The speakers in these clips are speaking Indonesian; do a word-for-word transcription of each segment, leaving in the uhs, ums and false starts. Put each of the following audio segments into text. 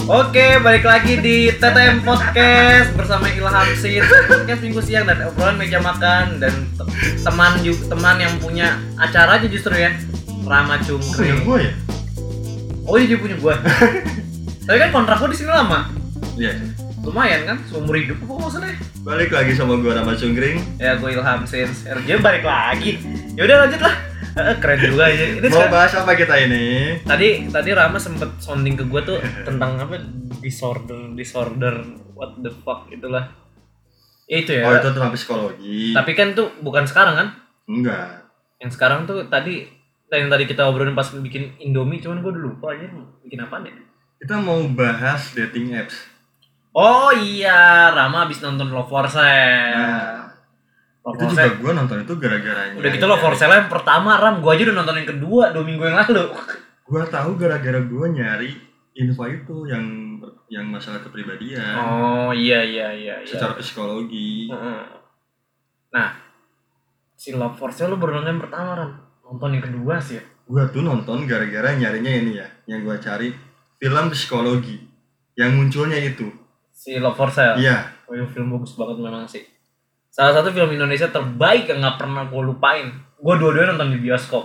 Oke, balik lagi di T T M Podcast bersama Ilham Sid. Podcast minggu siang dan obrolan meja makan dan te- teman juga teman yang punya acara aja justru ya. Rama Punya Cungkring. gue ya? Oh iya dia punya gua. Tapi kan kontrak gua di sini lama. Iya. Lumayan kan, seumur hidup kok maksudnya. Balik lagi sama gue Rama Cungkring. Ya gue Ilham Sid. R J balik lagi. Ya udah lanjut lah. Eh, keren juga ya. Ini Mau sekarang- bahas apa kita ini? Tadi tadi Rama sempet sounding ke gue tuh tentang apa disorder disorder what the fuck itulah. Ya itu ya. Oh itu tentang psikologi. Tapi kan tuh bukan sekarang kan? Enggak. Yang sekarang tuh tadi yang tadi kita obrolin pas bikin Indomie, cuman gue udah lupa aja bikin apaan ya. Kita mau bahas dating apps. Oh iya, Rama abis nonton Love for Sale. Nah, Love itu for juga Sale. gue nonton itu gara-garanya. Udah gitu Love for Sale yang pertama, Ram. Gue aja udah nonton yang kedua dua minggu yang lalu. Gue tahu gara-gara gue nyari info itu yang yang masalah kepribadian. Oh iya iya iya. iya. Secara psikologi. Heeh. Nah, si Love for Sale lu baru nonton yang pertama, Ram. Nonton yang kedua sih ya. Gue tuh nonton gara-gara nyarinya ini ya, yang gue cari film psikologi. Yang munculnya itu. Si Love for Sale. Iya. Oh, iya, film bagus banget memang sih. Salah satu film Indonesia terbaik yang gak pernah gue lupain. Gue dua-duanya nonton di bioskop.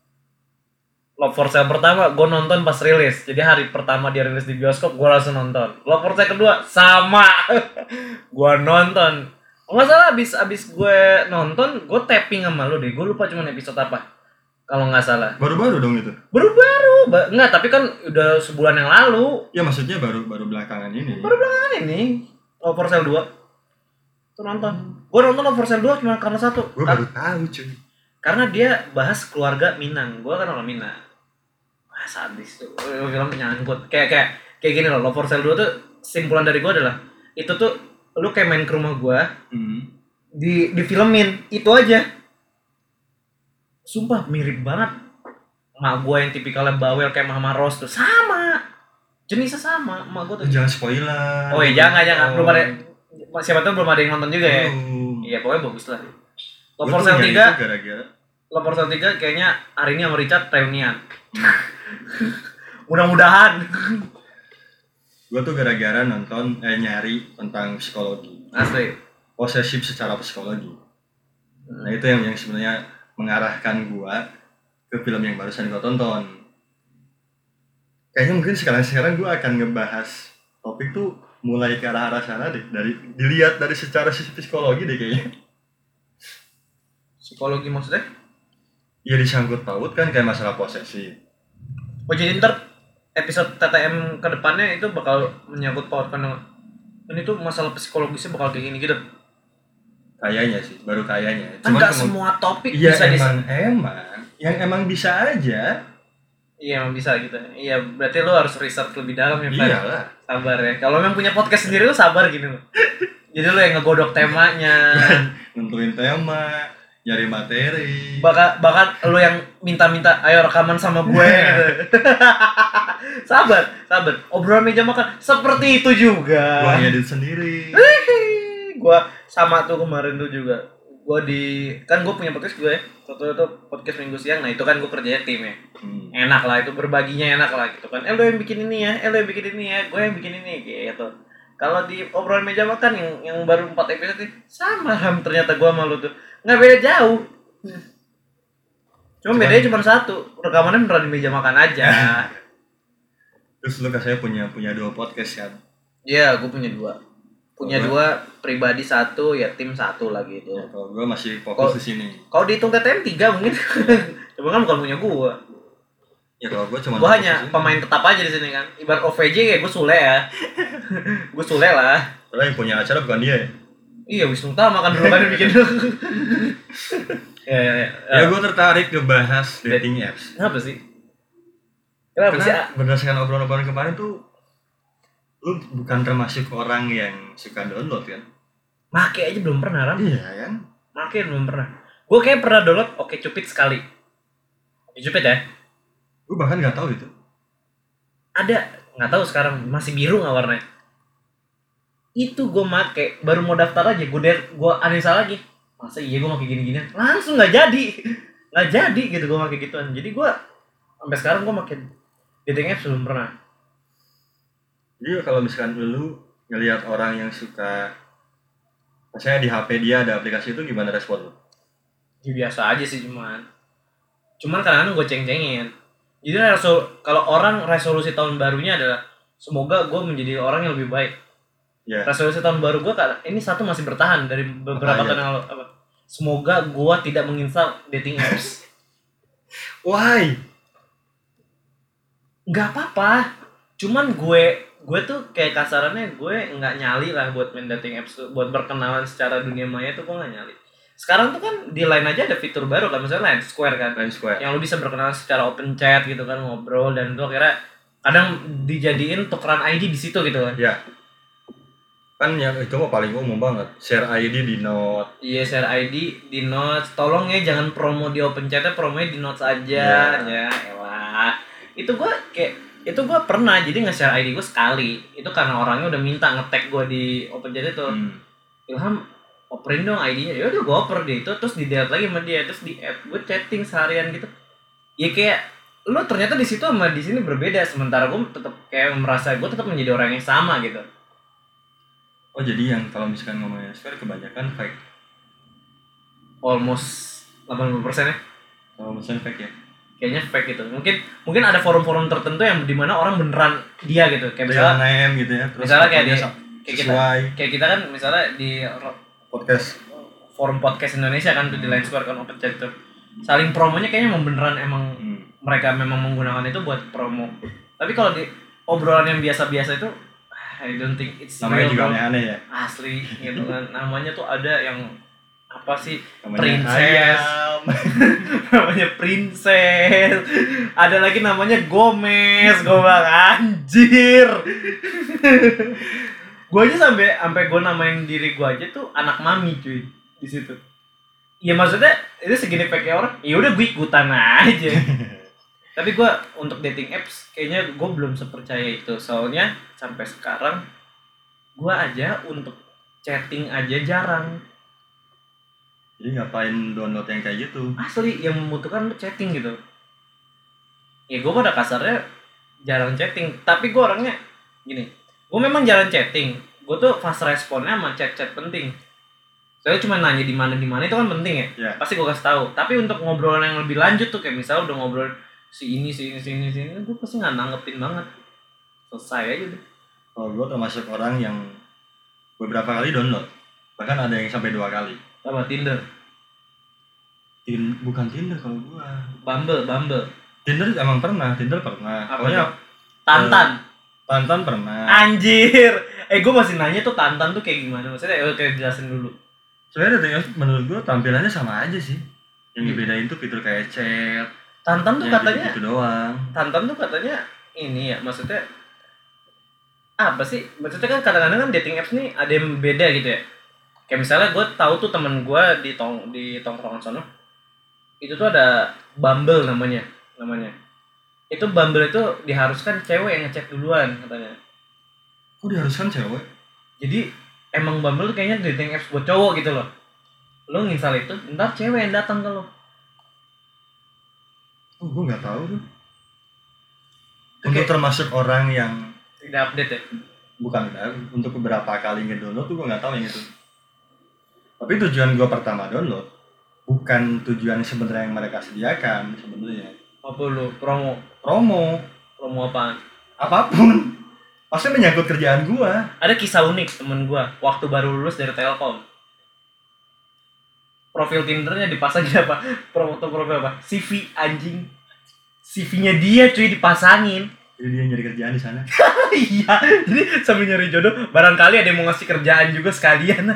Love for Sale pertama gue nonton pas rilis. Jadi hari pertama dia rilis di bioskop gue langsung nonton. Love for Sale kedua sama. Gue nonton. Nggak salah abis abis gue nonton gue tapping sama lu deh. Gue lupa cuman episode apa. Kalau nggak salah. Baru-baru dong itu. Baru-baru. Ba- Nggak tapi kan udah sebulan yang lalu. Ya maksudnya baru baru belakangan ini. Baru belakangan ini Love for Sale dua. Tuh nonton. Gue nonton Love for Sale dua cuma karena satu. Gue baru tahu cuy. Karena dia bahas keluarga Minang. Gue kan orang Minang. Wah sadis tuh. Oh, film penyangkut. Kayak kayak kayak gini loh. Love for Sale dua tuh simpulan dari gue adalah itu tuh lu kayak main ke rumah gue Hmm. di di filmin itu aja. Sumpah mirip banget. Emak gue yang tipikalnya bawel kayak Mama Ros tuh sama. Jenisnya sama. Emak gue tuh. Jangan spoiler. Oh iya jangan jangan belum ada. Oh. Siapa tahu belum ada yang nonton juga ya. Belum. Iya pokoknya bagus lah. Love Gua for tuh Sale nyari tiga, itu gara-gara Love for Sale tiga kayaknya hari ini sama Richard reunian. Mudah-mudahan. gue tuh gara-gara nonton eh nyari tentang psikologi. Asli. Posesif secara psikologi. Nah itu yang yang sebenarnya mengarahkan gue ke film yang barusan gue tonton. Kayaknya mungkin sekarang-sekarang gue akan ngebahas topik tuh mulai ke arah-arah sana deh. Dari dilihat dari secara sisi psikologi deh kayaknya. Psikologi maksudnya? Ya disangkut paut kan kayak masalah posesif. Oh jadi ntar episode T T M ke depannya itu bakal menyangkut pautkan dengan ini tuh masalah psikologisnya bakal kayak gini gitu. Kayaknya sih, baru kayaknya. Kan nggak kemu- semua topik Iya bisa dis- emang emang yang emang bisa aja. Iya emang bisa gitu. Iya berarti lu harus research lebih dalam ya Pak. Iyalah. Sabar ya. Kalau memang punya podcast sendiri lu sabar gini loh. Jadi lu yang ngegodok temanya. Nentuin tema, nyari materi. Bahkan bahkan lu yang minta-minta ayo rekaman sama gue gitu. Sabar, sabar. Obrolan meja makan seperti itu juga. Gua ngedit sendiri. Gua sama tuh kemarin tuh juga. Gua di kan gue punya podcast gue ya. Satu itu podcast minggu siang. Nah, itu kan gue kerjanya tim ya. Hmm. Enak lah itu berbaginya enak lah gitu kan. Eh lu yang bikin ini ya, eh lu yang bikin ini ya, gue yang bikin ini gitu. Kalau di obrolan meja makan yang yang baru empat episode ini sama Ram ternyata gua sama lu tuh. Nggak beda jauh. Cuma Cuman- bedanya cuma satu, rekamannya beneran di meja makan aja. Terus lu katanya punya punya dua podcast kan? Iya, gue punya dua. Punya Apa? dua, pribadi satu, ya tim satu lah gitu. Ya, kalau gua masih fokus Kok- di sini. Kalau dihitung T T M tiga mungkin. Coba kan bukan punya gue. Ya kalau gua cuma Gue fokus hanya di sini. pemain tetap aja di sini kan. Ibarat O V J kayak gue Sule ya. Gue Sule lah. Padahal yang punya acara bukan dia ya. Iya, Wisnu Tama kan dulu kan yang bikin. Ya, ya, ya. Ya gua tertarik ngebahas dating apps. Kenapa sih? Kenapa sih? Karena berdasarkan obrolan-obrolan kemarin tuh lu bukan termasuk orang yang suka download kan? Make aja belum pernah, Ram. Iya kan? Make belum pernah. Gue kayak pernah download Oke Cupid sekali. Oke Cupid ya? Gua bahkan nggak tahu itu. Ada, nggak tahu sekarang masih biru nggak warnanya. Itu gue make, baru mau daftar aja, gue der, gue uninstall lagi. Masa iya gue make gini-gini? Langsung nggak jadi, nggak jadi gitu gue make gituan. Jadi gue sampai sekarang gue make dating apps belum pernah. Jadi kalau misalkan lu ngelihat orang yang suka, misalnya di H P dia ada aplikasi itu, gimana respon lu? Ya, biasa aja sih cuman. Cuman kadang-kadang gue ceng-cengin. Jadi resol- kalau orang resolusi tahun barunya adalah semoga gue menjadi orang yang lebih baik. Ya. Resolusi tahun baru gue kan ini satu masih bertahan dari beberapa Apa tahun ya? yang lalu. Apa? Semoga gue tidak menginstal dating apps. Why? Nggak apa-apa. Cuman gue gue tuh kayak kasarannya gue nggak nyali lah buat main dating apps tuh, buat berkenalan secara dunia maya tuh gue nggak nyali. Sekarang tuh kan di Line aja ada fitur baru kan, misalnya Line Square kan, Line Square. yang lu bisa berkenalan secara open chat gitu kan, ngobrol, dan tuh akhirnya kadang dijadiin tukeran I D di situ gitu kan. Ya. Kan yang itu mah paling umum banget. Share I D di note. Iya, share I D di notes. Tolong ya jangan promo di open chatnya, promonya di notes aja. Ya, elah. Itu gua kayak itu gua pernah jadi nge-share I D gua sekali. Itu karena orangnya udah minta nge-tag gua di open chat itu. Hmm. Ilham, operin dong I D-nya. Ya udah gua oper dia itu, terus di-delete lagi sama dia, terus di-add. Gua chatting seharian gitu. Ya kayak lu ternyata di situ sama di sini berbeda, sementara gua tetap kayak merasa gua tetap menjadi orang yang sama gitu. Oh, jadi yang kalau misalkan ngomongnya Square kebanyakan fake. Almost delapan puluh persen ya. Kalau misalnya fake ya. Kayaknya fake gitu. Mungkin mungkin ada forum-forum tertentu yang dimana orang beneran dia gitu. Kayak misalnya name gitu ya. Terus misalnya kayak di fotonya kayak kita sesuai kayak kita kan misalnya di ro- podcast. forum podcast Indonesia kan tuh di Line Square kan open chat tuh. Saling promonya kayaknya emang beneran emang Hmm. mereka memang menggunakan itu buat promo. Tapi kalau di obrolan yang biasa-biasa itu I don't think it's Namanya real, juga bro. aneh-aneh ya. Asli gitu kan. Namanya tuh ada yang apa sih? Namanya Princess. ayam. Namanya Princess. Ada lagi namanya Gomez. Gue bilang anjir. Gue aja sampai sampai gue namain diri gue aja tuh anak mami cuy di situ. Ya maksudnya itu segini fake orang. Ya udah gue ikutan aja. Tapi gue untuk dating apps kayaknya gue belum sepercaya itu. Soalnya sampai sekarang gue aja untuk chatting aja jarang. Jadi ngapain download yang kayak gitu? Asli yang membutuhkan lu chatting gitu. Ya gue pada kasarnya jarang chatting. Tapi gue orangnya gini. Gue memang jarang chatting. Gue tuh fast responnya sama chat-chat penting. Soalnya cuma nanya di mana di mana itu kan penting ya. Ya. Pasti gue kasih tahu. Tapi untuk ngobrolan yang lebih lanjut tuh kayak misalnya udah ngobrol si ini si ini si ini si ini, gue pasti nggak nanggepin banget. Selesai aja deh. Kalau gue termasuk orang yang beberapa kali download, bahkan ada yang sampai dua kali. Apa Tinder? Tin bukan Tinder kalau gue. Bumble, Bumble. Tinder emang pernah, Tinder pernah. Apa Pokoknya tuh? Tantan. Tantan pernah. Anjir. Eh gue masih nanya tuh Tantan tuh kayak gimana? Maksudnya eh kayak jelasin dulu. Sebenarnya dating apps menurut gue tampilannya sama aja sih. Yang dibedain tuh fitur kayak chat. Tantan tuh Ya, katanya gitu doang. Tantan tuh katanya ini ya, maksudnya apa sih? Maksudnya kan kadang-kadang kan dating apps nih ada yang beda gitu ya. Kayak misalnya gue tahu tuh temen gue di tong di tongkrongan sono itu tuh ada Bumble namanya, namanya. Itu Bumble itu diharuskan cewek yang ngechat duluan katanya. Kok diharuskan cewek? Jadi emang Bumble tuh kayaknya dating apps buat cowok gitu loh. Lo nginstal itu, ntar cewek yang datang ke lo. Oh, gue nggak tahu tuh. Itu Untuk kayak termasuk orang yang tidak update ya. bukan untuk beberapa kali ngedownload tuh gue nggak tahu yang itu. Tapi tujuan gue pertama download bukan tujuan sebenarnya yang mereka sediakan sebenarnya. Apa lo promo? Promo, Promo apaan? apapun. Pasti menyangkut kerjaan gue. Ada kisah unik temen gue waktu baru lulus dari Telkom. Profil Tindernya dipasangin apa? Foto profil apa? C V anjing. C V-nya dia cuy dipasangin. Jadi dia nyari kerjaan di sana. Iya, jadi sambil nyari jodoh, barangkali ada yang mau ngasih kerjaan juga sekalian.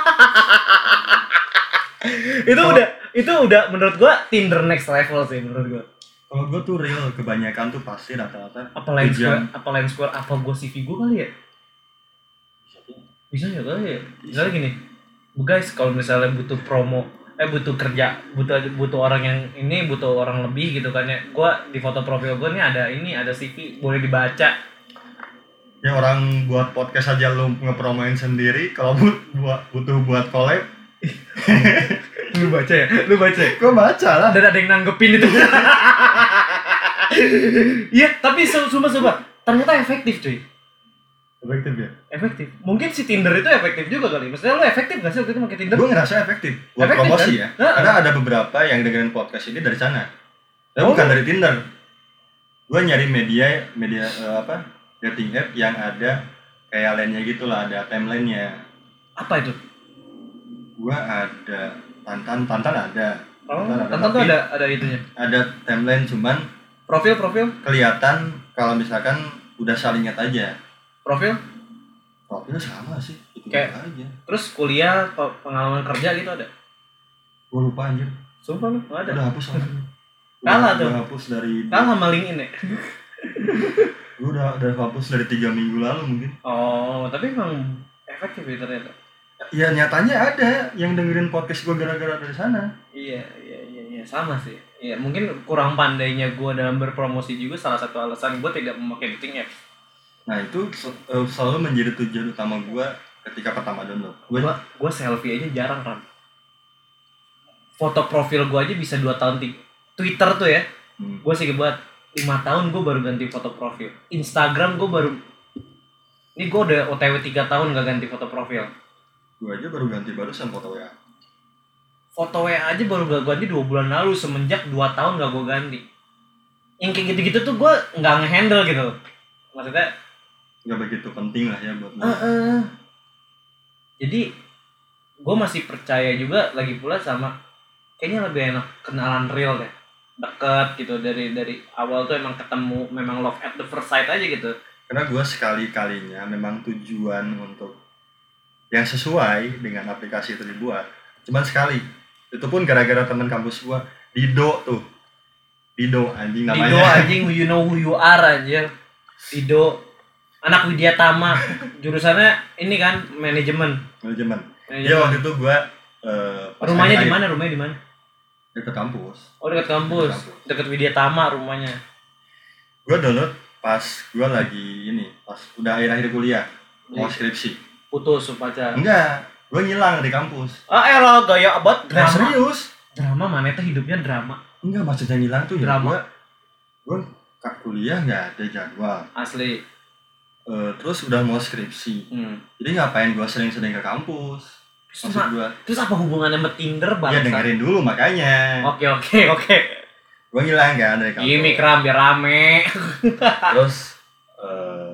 Itu udah, itu udah menurut gua Tinder next level sih menurut gua. Kalau gue tuh real kebanyakan tuh pasti rata-rata Apa Line tujuan- Square, apa Line Square, apa gua C V gua kali ya? Bisa ya kali ya. Misalnya gini, Bu guys, kalau misalnya butuh promo, eh butuh kerja, butuh butuh orang yang ini, butuh orang lebih gitu kan ya. Gua di foto profil gua nih ada ini, ada C V, boleh dibaca. Ya orang buat podcast aja lu ngepromoin sendiri, kalau bu buat butuh buat collab, Lu baca ya? Lu baca ya? gue baca lah. Dan ada yang nanggepin itu. Iya, tapi sumpah sumpah ternyata efektif cuy. Efektif ya? Efektif. Mungkin si Tinder itu efektif juga kali. Maksudnya lu efektif gak sih waktu itu pakai Tinder? Gue ngerasa efektif buat Efektif, promosi kan? ya. Heeh. Karena ada beberapa yang dengerin podcast ini dari sana. Tapi Oh. bukan dari Tinder. Gue nyari media media eh, apa dating app yang ada kayak lainnya gitu lah, ada timelinenya. Apa itu? Gue ada Tantan, Tantan ada. Oh, Tantan ada, Tantan tuh tapi ada ada itunya. ada timeline cuman Profil, profil, kelihatan kalau misalkan udah saling nge aja. profil. Profilnya sama sih, itu Kayak- aja. Terus kuliah, pe- pengalaman kerja gitu ada? Gue lupa anjir. Sumpah lu, nggak ada. Udah hapus lah. Kalah Udah- tuh. Udah hapus dari. Kalah sama LinkedIn ya? Gue udah udah hapus dari tiga minggu lalu mungkin. Oh, tapi emang efektif ya ternyata. Ya nyatanya ada yang dengerin podcast gue gara-gara dari sana. Iya, iya, iya, iya, sama sih. Iya, mungkin kurang pandainya gue dalam berpromosi juga salah satu alasan gue tidak memakai dating apps. Nah itu se- eh, selalu menjadi tujuan utama gue ketika pertama download. Gue Gue gue selfie aja jarang kan. Foto profil gue aja bisa dua tahun tiga. Twitter tuh ya, hmm, gue sih buat lima tahun gue baru ganti foto profil. Instagram gue baru, ini gue udah O T W tiga tahun gak ganti foto profil. gue aja baru ganti barusan foto W A. Foto W A aja baru gak ganti dua bulan lalu, semenjak dua tahun gak gue ganti. Yang kayak gitu-gitu tuh gue nggak ngehandle gitu. Maksudnya, Gak begitu penting lah ya buat lo. uh-uh. Jadi gue masih percaya juga lagi pula sama, kayaknya lebih enak kenalan real deh, deket gitu dari dari awal tuh emang ketemu, memang love at the first sight aja gitu. Karena gue sekali-kalinya memang tujuan untuk yang sesuai dengan aplikasi itu dibuat cuman sekali. Itu pun gara-gara teman kampus gue, Dido tuh. Dido anjing namanya. Dido anjing, you know who you are anjir. Dido, anak Widya Tama, jurusannya ini kan manajemen. Manajemen. Manajemen. Iya waktu itu gue uh, Rumahnya di mana? Rumahnya di mana? Dekat kampus. Oh dekat kampus, Dekat kampus. dekat Widya Tama rumahnya. Gue download pas gue lagi ini, pas udah akhir-akhir kuliah mau Iya. skripsi. Putus pacar. Enggak, gue ngilang dari kampus. Ah elah gaya abad Nah, drama. serius? Drama mana tuh hidupnya drama. Enggak, maksudnya ngilang tuh ya Drama. gue gue kak kuliah nggak ada jadwal. Asli. Eh, terus udah mau skripsi. Hmm. Jadi ngapain gue sering-sering ke kampus? Terus, Maksud ma- gue, terus apa hubungannya sama Tinder bang? ya dengerin dulu makanya. Oke oke oke. Gue ngilang kan dari kampus. Ini kram biar rame. Terus eh,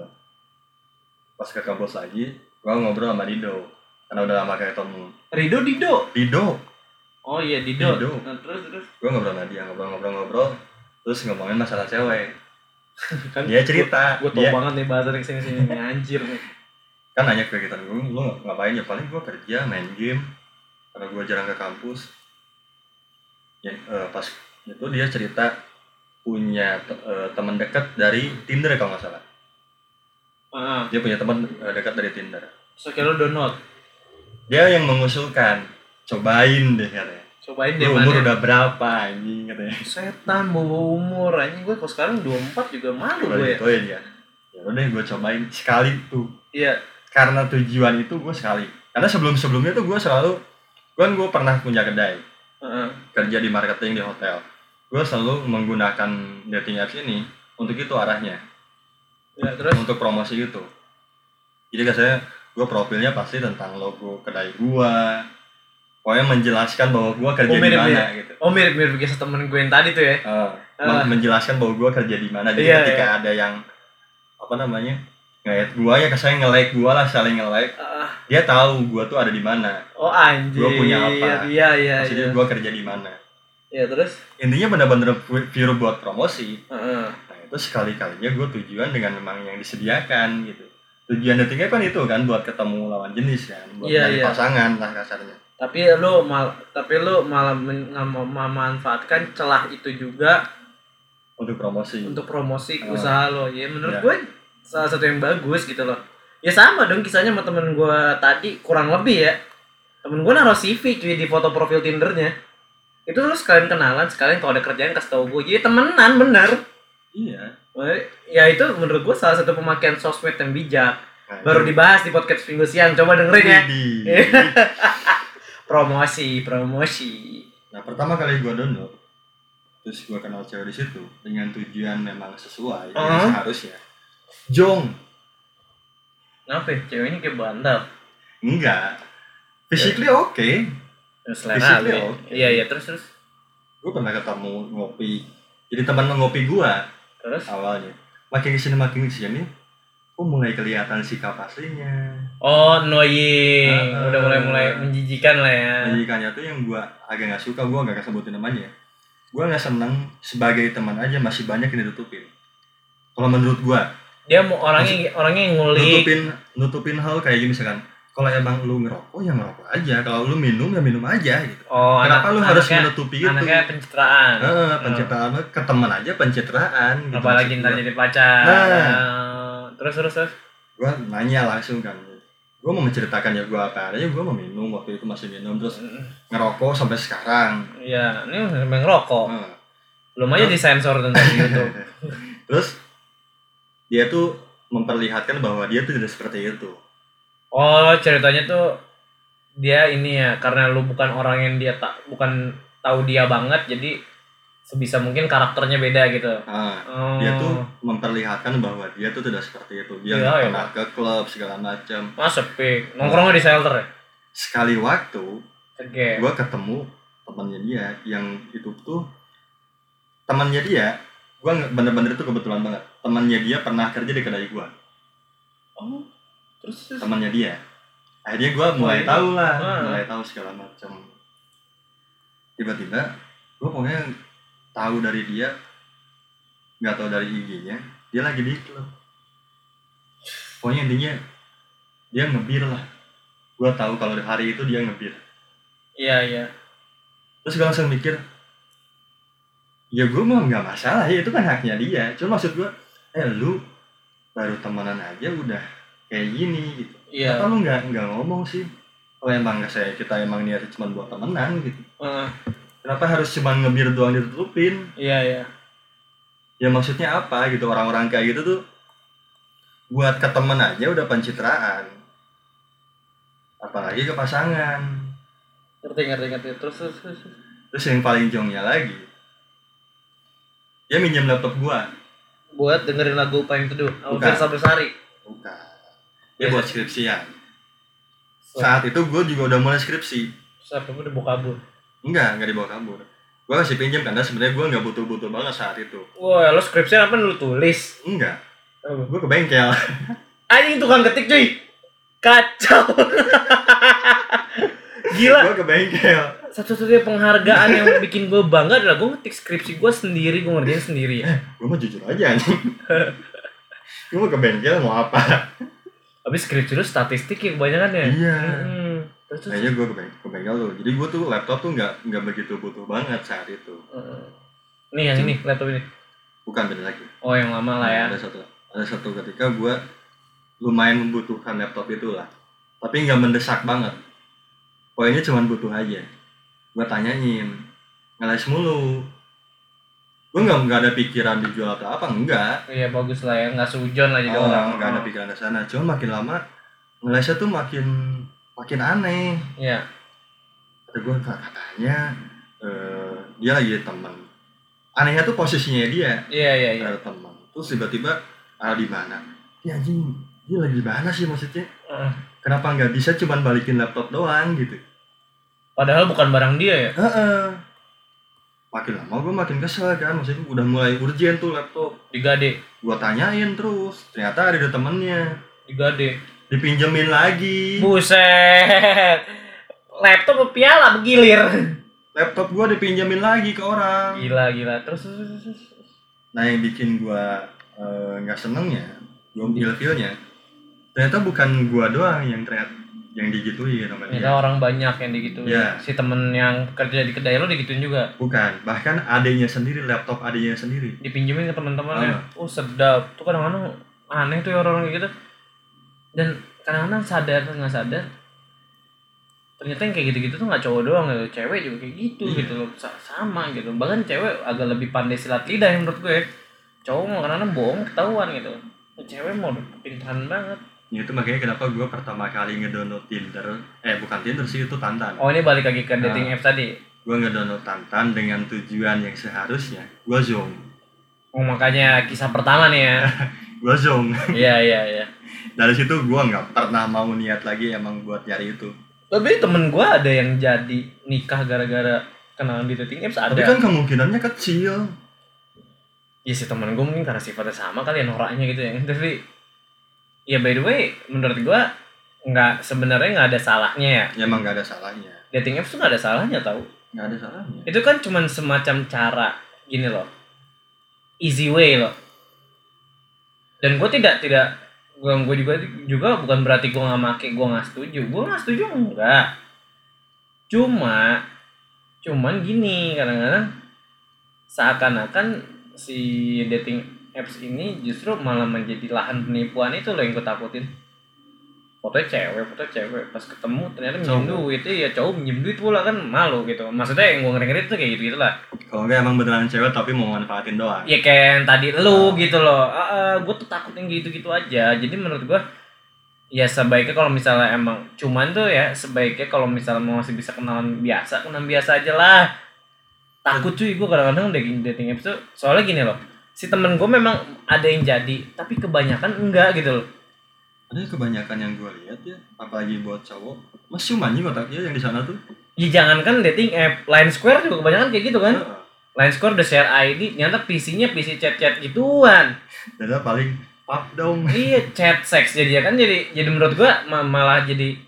pas ke kampus lagi, gue ngobrol sama Dido. Karena udah lama kayak ketemu. Rido Dido. Dido, Oh iya Dido. Dido. Nah, terus terus. gue ngobrol sama dia, ngobrol-ngobrol-ngobrol. Terus ngomongin masalah cewek. Kan Dia cerita, Gue tau dia banget nih bahasa dari sini sini anjir nih. kan nanya kegiatan gue, lu ngapain ya? Paling gue kerja, main game. Karena gue jarang ke kampus. Ya, eh, pas itu dia cerita punya te- eh, teman dekat dari Tinder kalau nggak salah. Heeh. Dia punya teman eh, dekat dari Tinder. So kira lu download. Dia yang mengusulkan, cobain deh katanya. Cobain deh Lu umur mana. udah berapa anjing katanya. Setan bawa umur anjing gue kalau sekarang dua puluh empat juga malu Coba gue ya. gituin dia. Ya udah gue cobain sekali tuh. Iya. Karena tujuan itu gue sekali. Karena sebelum-sebelumnya tuh gue selalu, kan gue pernah punya kedai, Heeh. kerja di marketing di hotel. Gue selalu menggunakan dating apps ini untuk itu arahnya, Ya terus untuk promosi itu. Jadi biasanya gue profilnya pasti tentang logo kedai gue, pokoknya menjelaskan bahwa gue kerja Oh, di mirip, mana gitu. oh mirip-mirip kayak temen gue yang tadi tuh ya. Eh, Ah. men- menjelaskan bahwa gue kerja di mana. Jadi Iya, ketika iya. ada yang apa namanya nge-add gue ya, kesannya nge-like gue lah, saling nge-like. Ah, Dia tahu gue tuh ada di mana. oh anjir. Gua punya apa? Iya iya Maksudnya iya. gue kerja di mana. Ya terus. Intinya benar-benar pu- pure buat promosi. Heeh. Nah itu sekali-kalinya gue tujuan dengan memang yang disediakan gitu. Tujuan datingnya kan itu kan buat ketemu lawan jenis kan, buat Iya, nyari iya. pasangan lah kasarnya. Tapi lu mal tapi lu malah men- mem- memanfaatkan celah itu juga Untuk promosi. untuk promosi Oh. usaha lo. Ya menurut Iya. gue salah satu yang bagus gitu loh. Ya sama dong kisahnya sama temen gue tadi kurang lebih ya. Temen gue naruh C V cuy di foto profil Tindernya. Itu lu sekalian kenalan, sekalian kalau ada kerjaan kasih tau gue. Jadi temenan bener. Iya. Ya itu menurut gue salah satu pemakaian sosmed yang bijak. Nah, Baru itu- dibahas di podcast minggu siang. Coba dengerin ya. Widih. Promosi, promosi. Nah pertama kali gue download, terus gue kenal cewek di situ dengan tujuan memang sesuai, Uh-huh. yang seharusnya. Jong. Kenapa ya? Ceweknya kayak bandel. Enggak. Physically oke. Okay. Selera Physically lu ya. oke. Iya iya terus terus. Gue pernah ketemu ngopi. Jadi teman ngopi gua Terus? awalnya. Makin kesini makin kesini, kok mulai kelihatan sikap aslinya. Oh, annoying. Uh, Udah mulai mulai menjijikan lah ya. Menjijikannya tuh yang gua agak nggak suka, gua agak sebutin namanya. Gua nggak seneng sebagai teman aja masih banyak yang ditutupin. Kalau menurut gua, dia mau orangnya Maksud, orangnya yang ngulik. Nutupin nutupin hal kayak gini misalkan. Kalau emang lu ngerokok ya ngerokok aja, kalau lu minum ya minum aja gitu. Oh, kenapa anak, lu harus anaknya, menutupi itu? Anaknya pencitraan. Heeh, pencitraan oh. ke teman aja pencitraan gitu. Apalagi ntar jadi pacar. Nah. Terus terus terus. Gua nanya langsung kan. Gua mau menceritakan ya gua apa adanya, gua mau minum waktu itu masih minum terus ngerokok sampai sekarang. Iya, ini sampai ngerokok. Hmm. Belum aja disensor tentang YouTube. Terus dia tuh memperlihatkan bahwa dia tuh tidak seperti itu. Oh, ceritanya tuh dia ini ya, karena lu bukan orang yang dia tak bukan tahu dia banget, jadi sebisa mungkin karakternya beda gitu. Nah, oh. Dia tuh memperlihatkan bahwa dia tuh tidak seperti itu. Dia nggak ya, pernah ya. ke klub segala macam. Masa sepi, nongkrongnya di shelter ya? Sekali waktu, okay. Gua ketemu temannya dia yang itu tuh temannya dia, gua bener-bener itu kebetulan banget. Temannya dia pernah kerja di kedai gua. Oh. Terus temannya dia, akhirnya gue mulai oh, tahu lah, ah. mulai tahu segala macam. Tiba-tiba gue pokoknya tahu dari dia, nggak tahu dari I G-nya, dia lagi di klub. Pokoknya intinya dia ngebir lah. Gue tahu kalau hari itu dia ngebir. Iya iya. Terus gue langsung mikir, ya gue mau nggak masalah ya, itu kan haknya dia. Cuma maksud gue, eh lu baru temenan aja udah kayak gini gitu. Iya. Kenapa lu nggak nggak ngomong sih? Kalau emang nggak saya kita emang niatnya cuma buat temenan gitu. Uh. Kenapa harus cuma ngebir doang ditutupin? Iya iya. Ya maksudnya apa gitu, orang-orang kayak gitu tuh buat ke temen aja udah pencitraan. Apalagi ke pasangan. Ngerti ngerti ngerti. Terus terus terus. Terus yang paling jongnya lagi, dia minjem laptop gua. Buat dengerin lagu Payung Teduh. Firsa Besari. Bukan. Dia buat skripsian. So. Saat itu gue juga udah mulai skripsi. Sampai gue dibawa kabur? Enggak, enggak dibawa kabur. Gue kasih pinjam karena sebenarnya gue nggak butuh-butuh banget saat itu. Wah, lo skripsian apa lu tulis? Enggak. Oh. Gue ke bengkel. Anjing tukang ketik cuy. Kacau. Gila. Gue ke bengkel. Satu-satunya penghargaan yang bikin gue bangga adalah gue ngetik skripsi gue sendiri, gue ngerjain sendiri. Eh, gue mah jujur aja anjing. Gue mau ke bengkel mau apa? Habis skripsi lu statistik ya kebanyakan ya? Iya. Hmm. Kayaknya gue ke bengkel, ke bengkel tuh. Jadi gue tuh laptop tuh nggak nggak begitu butuh banget saat itu. Hmm. Nih yang Cuma, ini laptop ini? Bukan, beda lagi. Oh yang lama lah ya? Nah, ada satu ada satu ketika gue lumayan membutuhkan laptop itu lah. Tapi nggak mendesak banget. Poinnya cuma butuh aja. Gue tanyain, ngeles mulu. Gue nggak nggak ada pikiran dijual atau apa, enggak. Iya bagus lah ya, nggak sujon lah jadi oh, orang. Nggak ada pikiran ke sana. Cuma makin lama ngelesnya tuh makin makin aneh. Iya. Kata gue katanya uh, dia lagi teman. Anehnya tuh posisinya dia. Iya iya iya. Ada teman. Terus tiba-tiba ada di mana? Ya anjing, dia lagi di mana sih maksudnya? Uh. Kenapa nggak bisa cuman balikin laptop doang gitu? Padahal bukan barang dia ya? Heeh. Makin lama gue makin kesel kan, maksudnya udah mulai urgent tuh laptop. Digade. Gue tanyain terus, ternyata ada temennya. Digade. Dipinjemin lagi. Buset. Laptop piala begilir. Laptop gue dipinjemin lagi ke orang. Gila gila. Terus terus terus. Nah yang bikin gue nggak uh, senengnya, gue ilfilnya, ternyata bukan gue doang yang ternyata yang digituin sama dia. Ternyata orang banyak yang digituin. Ya. Si temen yang kerja di kedai lo digituin juga. Bukan, bahkan adenya sendiri, laptop adenya sendiri. Dipinjemin ke teman-temannya. Oh. oh sedap. Tuh kadang-kadang aneh tuh ya orang-orang kayak gitu. Dan kadang-kadang sadar atau nggak sadar, ternyata yang kayak gitu-gitu tuh nggak cowok doang gitu, cewek juga kayak gitu iya. gitu loh, sama gitu. Bahkan cewek agak lebih pandai silat lidah yang menurut gue. Cowok mau kadang-kadang bohong ketahuan gitu. Cewek mau pintaran banget. Ya itu makanya kenapa gue pertama kali ngedownload Tinder, eh bukan Tinder sih, itu Tantan. Oh ini balik lagi ke dating nah, apps tadi? Gue ngedownload Tantan dengan tujuan yang seharusnya gue zong. Oh makanya kisah pertama nih ya? Gue zong. Iya iya iya. dari situ gue nggak pernah mau niat lagi emang buat nyari itu. Tapi temen gue ada yang jadi nikah gara-gara kenalan di dating apps ada. Tapi kan kemungkinannya kecil. Iya sih temen gue mungkin karena sifatnya sama kali ya noraknya gitu ya. Tapi ya by the way menurut gue nggak sebenarnya nggak ada salahnya ya. Ya emang nggak ada salahnya. Dating apps tuh nggak ada salahnya tau. Nggak ada salahnya. Itu kan cuman semacam cara gini loh, easy way loh. Dan gue tidak tidak gue gue juga juga bukan berarti gue nggak make, gue nggak setuju, gue nggak setuju enggak. Cuma cuman gini kadang-kadang seakan-akan si dating apps ini justru malah menjadi lahan penipuan itu loh yang gue takutin. Fotonya cewek, foto cewek, pas ketemu ternyata minjem duit, ya cowok minjem duit pula kan malu gitu. Maksudnya yang gue ngeri-ngeri itu kayak gitu-gitu lah. Kalau enggak emang beneran cewek tapi mau manfaatin doang. Ya kayak yang tadi lu gitu loh. Uh, uh, gue tuh takut yang gitu-gitu aja. Jadi menurut gue ya sebaiknya kalau misalnya emang cuman tuh ya sebaiknya kalau misalnya masih bisa kenalan biasa, kenalan biasa aja lah. Takut cuy gue kadang-kadang dating dating apps tuh soalnya gini loh. Si temen gue memang ada yang jadi, tapi kebanyakan enggak gitu loh. Ada kebanyakan yang gue lihat ya, apalagi buat cowok, mas cuman nih otaknya yang di sana tuh. Ya jangankan dating app, Line Square juga kebanyakan kayak gitu kan. Nah. Line Square udah share I D, ternyata P C-nya P C chat-chat gituan. Dan paling pap dong. Iya, chat seks jadi ya kan jadi jadi menurut gua ma- malah jadi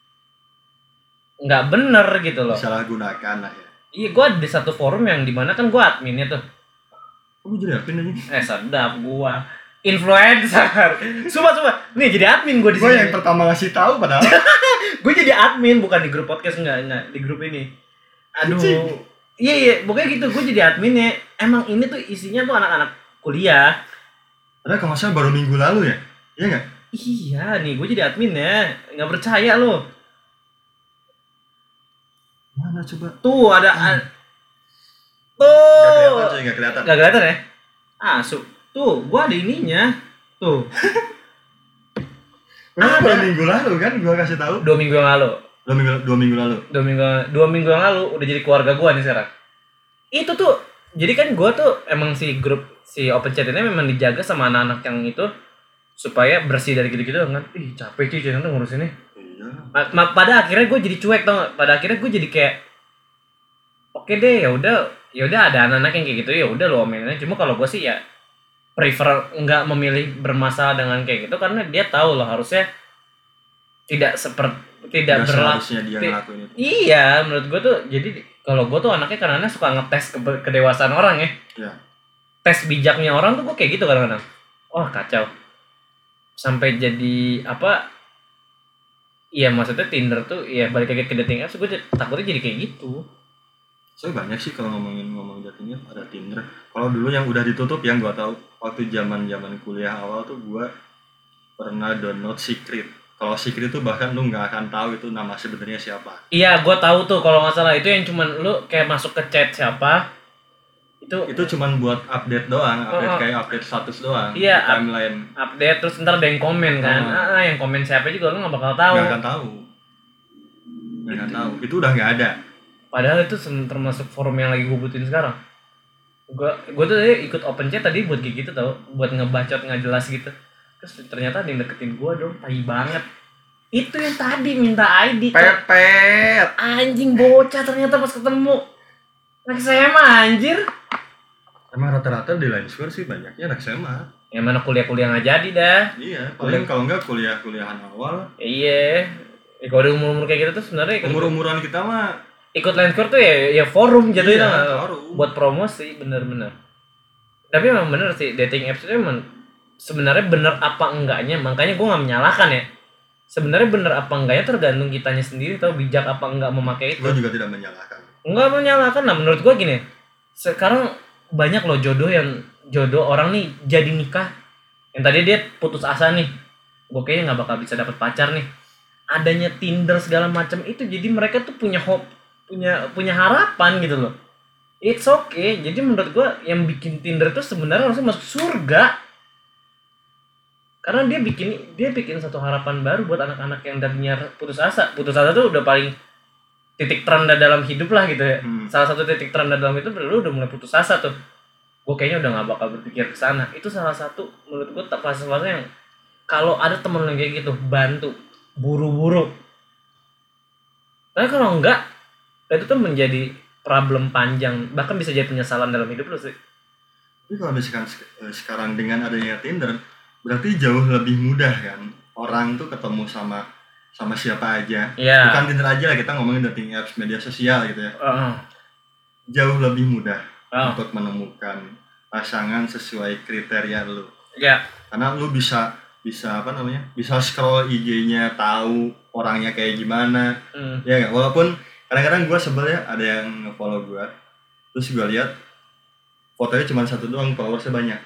nggak bener gitu loh. Salah gunakan lah ya. Iya, gua ada di satu forum yang dimana kan gua adminnya tuh. Kamu jadi admin aja? Eh sedap gua. Influencer. Sumpah sumpah. Nih jadi admin gua di Gua sini. yang pertama ngasih tahu padahal. Gua jadi admin bukan di grup podcast enggak, enggak di grup ini. Aduh. Iya iya, pokoknya gitu. Gua jadi adminnya. Emang ini tuh isinya tuh anak-anak kuliah. Padahal kalau nggak salah baru minggu lalu ya? Iya nggak? Iya nih, gue jadi adminnya. Nggak percaya lo. Mana coba? Tuh ada. Hmm. Tuh. Nggak kelihatan cuy, nggak kelihatan. Nggak kelihatan ya? Asu. Tuh, gue ada ininya. Tuh. Padahal baru minggu lalu kan gua kasih tahu. Dua minggu yang lalu. Dua minggu dua minggu lalu. Dua minggu dua minggu yang lalu udah jadi keluarga gue nih sekarang. Itu tuh. Jadi kan gue tuh emang si grup si open chat ini memang dijaga sama anak-anak yang itu supaya bersih dari gitu-gitu kan. Ih capek cuy nanti ngurusinnya. Iya. Ma- ma- pada akhirnya gue jadi cuek tau gak? Pada akhirnya gue jadi kayak oke deh ya udah ya udah ada anak-anak yang kayak gitu ya udah lo omelinnya. Cuma kalau gue sih ya prefer nggak memilih bermasalah dengan kayak gitu karena dia tahu loh harusnya tidak seperti tidak Nggak berlaku. seharusnya dia ti- ngelakuin itu. Iya menurut gue tuh jadi kalau gue tuh anaknya karena suka ngetes ke kedewasaan orang ya. Iya. Tes bijaknya orang tuh gue kayak gitu kadang-kadang. Wah kacau. Sampai jadi apa? Iya maksudnya Tinder tuh ya balik lagi ke dating apps gue j- takutnya jadi kayak gitu. Saya banyak sih kalau ngomongin ngomong dating apps ada Tinder. Kalau dulu yang udah ditutup yang gua tahu waktu zaman-zaman kuliah awal tuh gua pernah download Secret. Kalau Secret tuh bahkan lu nggak akan tahu itu nama sebenarnya siapa. Iya gue tahu tuh kalau nggak salah itu yang cuman lu kayak masuk ke chat siapa itu Itu cuman buat update doang, update Oh, oh. kayak update status doang. Iya, di timeline. update terus ntar ada yang komen kan. Oh. Ah, yang komen siapa juga lu nggak bakal tahu. Nggak akan tahu. Nggak akan tahu. Itu udah nggak ada. Padahal itu sem- termasuk forum yang lagi gue butuhin sekarang. Gue gue tuh tadi ikut open chat tadi buat kayak gitu tau, buat ngebacot nggak jelas gitu. Terus ternyata ada yang deketin gue dong, tai banget. Itu yang tadi minta I D. Pepet. Anjing bocah ternyata pas ketemu. Anak saya mah anjir. Emang rata-rata di Line Square sih banyaknya anak S M A. Yang mana kuliah-kuliah nggak jadi dah. Iya, paling kalau nggak kuliah-kuliahan awal. Iya. Eh, kalau udah umur-umur kayak gitu tuh sebenarnya ikut, Umur-umuran kita mah ikut Line Square tuh ya ya forum jatuhnya iya, tau nggak? forum. Buat promosi bener-bener. Tapi emang bener sih dating apps itu emang sebenarnya bener apa enggaknya, makanya gue nggak menyalahkan ya. Sebenarnya bener apa enggaknya tergantung kitanya sendiri tau bijak apa enggak memakai itu. gue juga tidak menyalahkan. Enggak menyalahkan lah menurut gue gini. Sekarang banyak loh jodoh yang jodoh orang nih jadi nikah. Yang tadi dia putus asa nih. Gue kayaknya nggak bakal bisa dapet pacar nih. Adanya Tinder segala macam itu jadi mereka tuh punya hope, punya punya harapan gitu loh. It's okay. Jadi menurut gue yang bikin Tinder tuh sebenarnya harusnya masuk surga. Karena dia bikin dia bikin satu harapan baru buat anak-anak yang tadinya putus asa. Putus asa tuh udah paling titik terendah dalam hidup lah gitu ya. Hmm. Salah satu titik terendah dalam hidup lu udah mulai putus asa tuh. Gue kayaknya udah gak bakal berpikir ke sana. Itu salah satu menurut gue fase-fase yang kalau ada temen yang kayak gitu bantu buru-buru. Tapi kalau enggak, itu tuh menjadi problem panjang, bahkan bisa jadi penyesalan dalam hidup lo sih. Tapi kalau misalkan sekarang dengan adanya Tinder, berarti jauh lebih mudah kan orang tuh ketemu sama sama siapa aja. Yeah. Bukan Tinder aja lah, kita ngomongin dating apps, media sosial gitu ya. Uh. Jauh lebih mudah uh. untuk menemukan pasangan sesuai kriteria lu. Ya. Yeah. Karena lu bisa bisa apa namanya? Bisa scroll I G-nya, tahu orangnya kayak gimana. Mm. Ya enggak? Walaupun kadang-kadang gue sebel ya, ada yang nge-follow gue. Terus gue lihat fotonya cuma satu doang, followersnya banyak.